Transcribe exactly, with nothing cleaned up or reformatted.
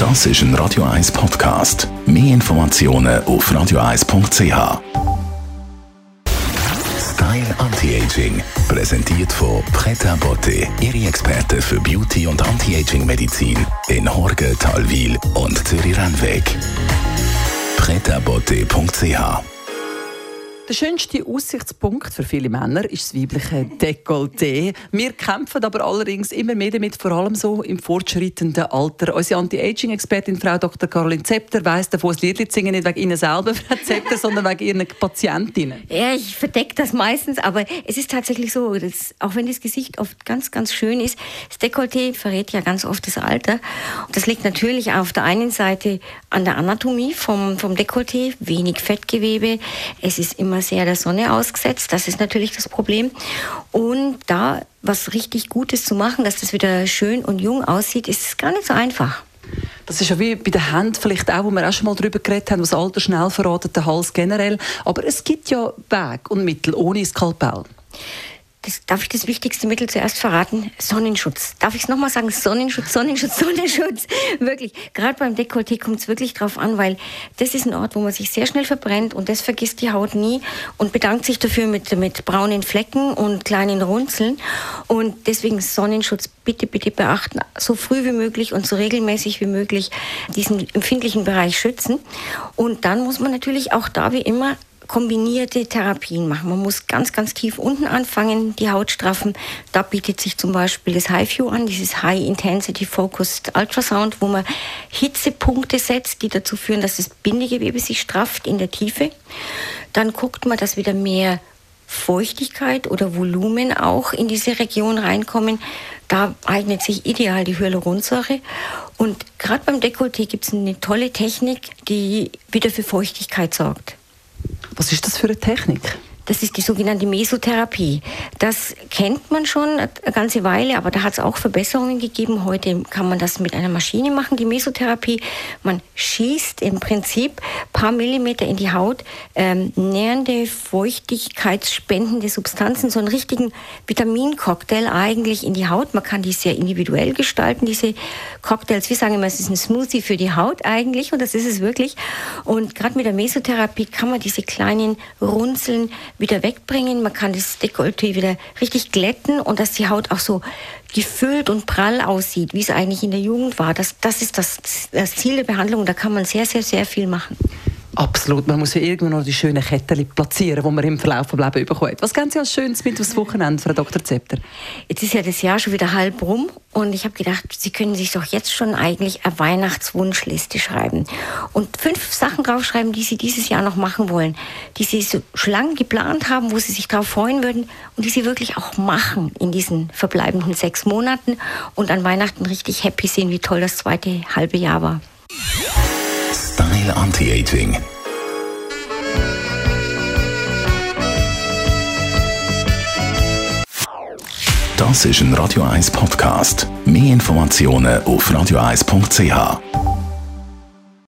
Das ist ein Radio eins Podcast. Mehr Informationen auf radio eins punkt c h. Style Anti-Aging, präsentiert von Pret à Beauté, Ihre Experte für Beauty- und Anti-Aging-Medizin in Horgen, Talwil und Zürich-Rennweg. pret à beauté punkt c h. Der schönste Aussichtspunkt für viele Männer ist das weibliche Décolleté. Wir kämpfen aber allerdings immer mehr damit, vor allem so im fortschreitenden Alter. Unsere Anti-Aging-Expertin, Frau Doktor Caroline Zepter, weiss davon, das Liedli singen nicht wegen Ihnen selber, Frau Zepter, sondern wegen Ihren Patientinnen. Ja, ich verdecke das meistens, aber es ist tatsächlich so, dass, auch wenn das Gesicht oft ganz, ganz schön ist, das Décolleté verrät ja ganz oft das Alter. Das liegt natürlich auf der einen Seite an der Anatomie vom, vom Décolleté, wenig Fettgewebe, es ist immer sehr der Sonne ausgesetzt, das ist natürlich das Problem. Und da was richtig Gutes zu machen, dass das wieder schön und jung aussieht, ist gar nicht so einfach. Das ist ja wie bei den Händen vielleicht auch, wo wir auch schon mal darüber geredet haben, was das Alter schnell verratet, der Hals generell. Aber es gibt ja Wege und Mittel ohne Skalpell. Das, darf ich das wichtigste Mittel zuerst verraten? Sonnenschutz. Darf ich es nochmal sagen? Sonnenschutz, Sonnenschutz, Sonnenschutz. Wirklich. Gerade beim Décolleté kommt es wirklich drauf an, weil das ist ein Ort, wo man sich sehr schnell verbrennt und das vergisst die Haut nie und bedankt sich dafür mit, mit braunen Flecken und kleinen Runzeln. Und deswegen Sonnenschutz bitte, bitte beachten. So früh wie möglich und so regelmäßig wie möglich diesen empfindlichen Bereich schützen. Und dann muss man natürlich auch da wie immer kombinierte Therapien machen. Man muss ganz, ganz tief unten anfangen, die Haut straffen. Da bietet sich zum Beispiel das HIFU an, dieses High Intensity Focused Ultrasound, wo man Hitzepunkte setzt, die dazu führen, dass das Bindegewebe sich strafft in der Tiefe. Dann guckt man, dass wieder mehr Feuchtigkeit oder Volumen auch in diese Region reinkommen. Da eignet sich ideal die Hyaluronsäure. Und gerade beim Décolleté gibt es eine tolle Technik, die wieder für Feuchtigkeit sorgt. Was ist das für eine Technik? Das ist die sogenannte Mesotherapie. Das kennt man schon eine ganze Weile, aber da hat es auch Verbesserungen gegeben. Heute kann man das mit einer Maschine machen, die Mesotherapie. Man schießt im Prinzip ein paar Millimeter in die Haut ähm, nährende, feuchtigkeitsspendende Substanzen, so einen richtigen Vitamincocktail eigentlich in die Haut. Man kann die sehr individuell gestalten, diese Cocktails. Wir sagen immer, es ist ein Smoothie für die Haut eigentlich und das ist es wirklich. Und gerade mit der Mesotherapie kann man diese kleinen Runzeln wieder wegbringen. Man kann das Décolleté wieder richtig glätten und dass die Haut auch so gefüllt und prall aussieht, wie es eigentlich in der Jugend war. Das, das ist das, das Ziel der Behandlung. Da kann man sehr, sehr, sehr viel machen. Absolut. Man muss ja irgendwo noch die schönen Ketten platzieren, die man im Verlauf des Lebens bekommt. Was geben Sie als Schönes mit aufs Wochenende, Frau Doktor Zepter? Jetzt ist ja das Jahr schon wieder halb rum und ich habe gedacht, Sie können sich doch jetzt schon eigentlich eine Weihnachtswunschliste schreiben und fünf Sachen draufschreiben, die Sie dieses Jahr noch machen wollen, die Sie so schon lange geplant haben, wo Sie sich darauf freuen würden und die Sie wirklich auch machen in diesen verbleibenden sechs Monaten und an Weihnachten richtig happy sind, wie toll das zweite halbe Jahr war. Style Anti-Aging. Das ist ein Radio eins Podcast. Mehr Informationen auf radio eins punkt c h.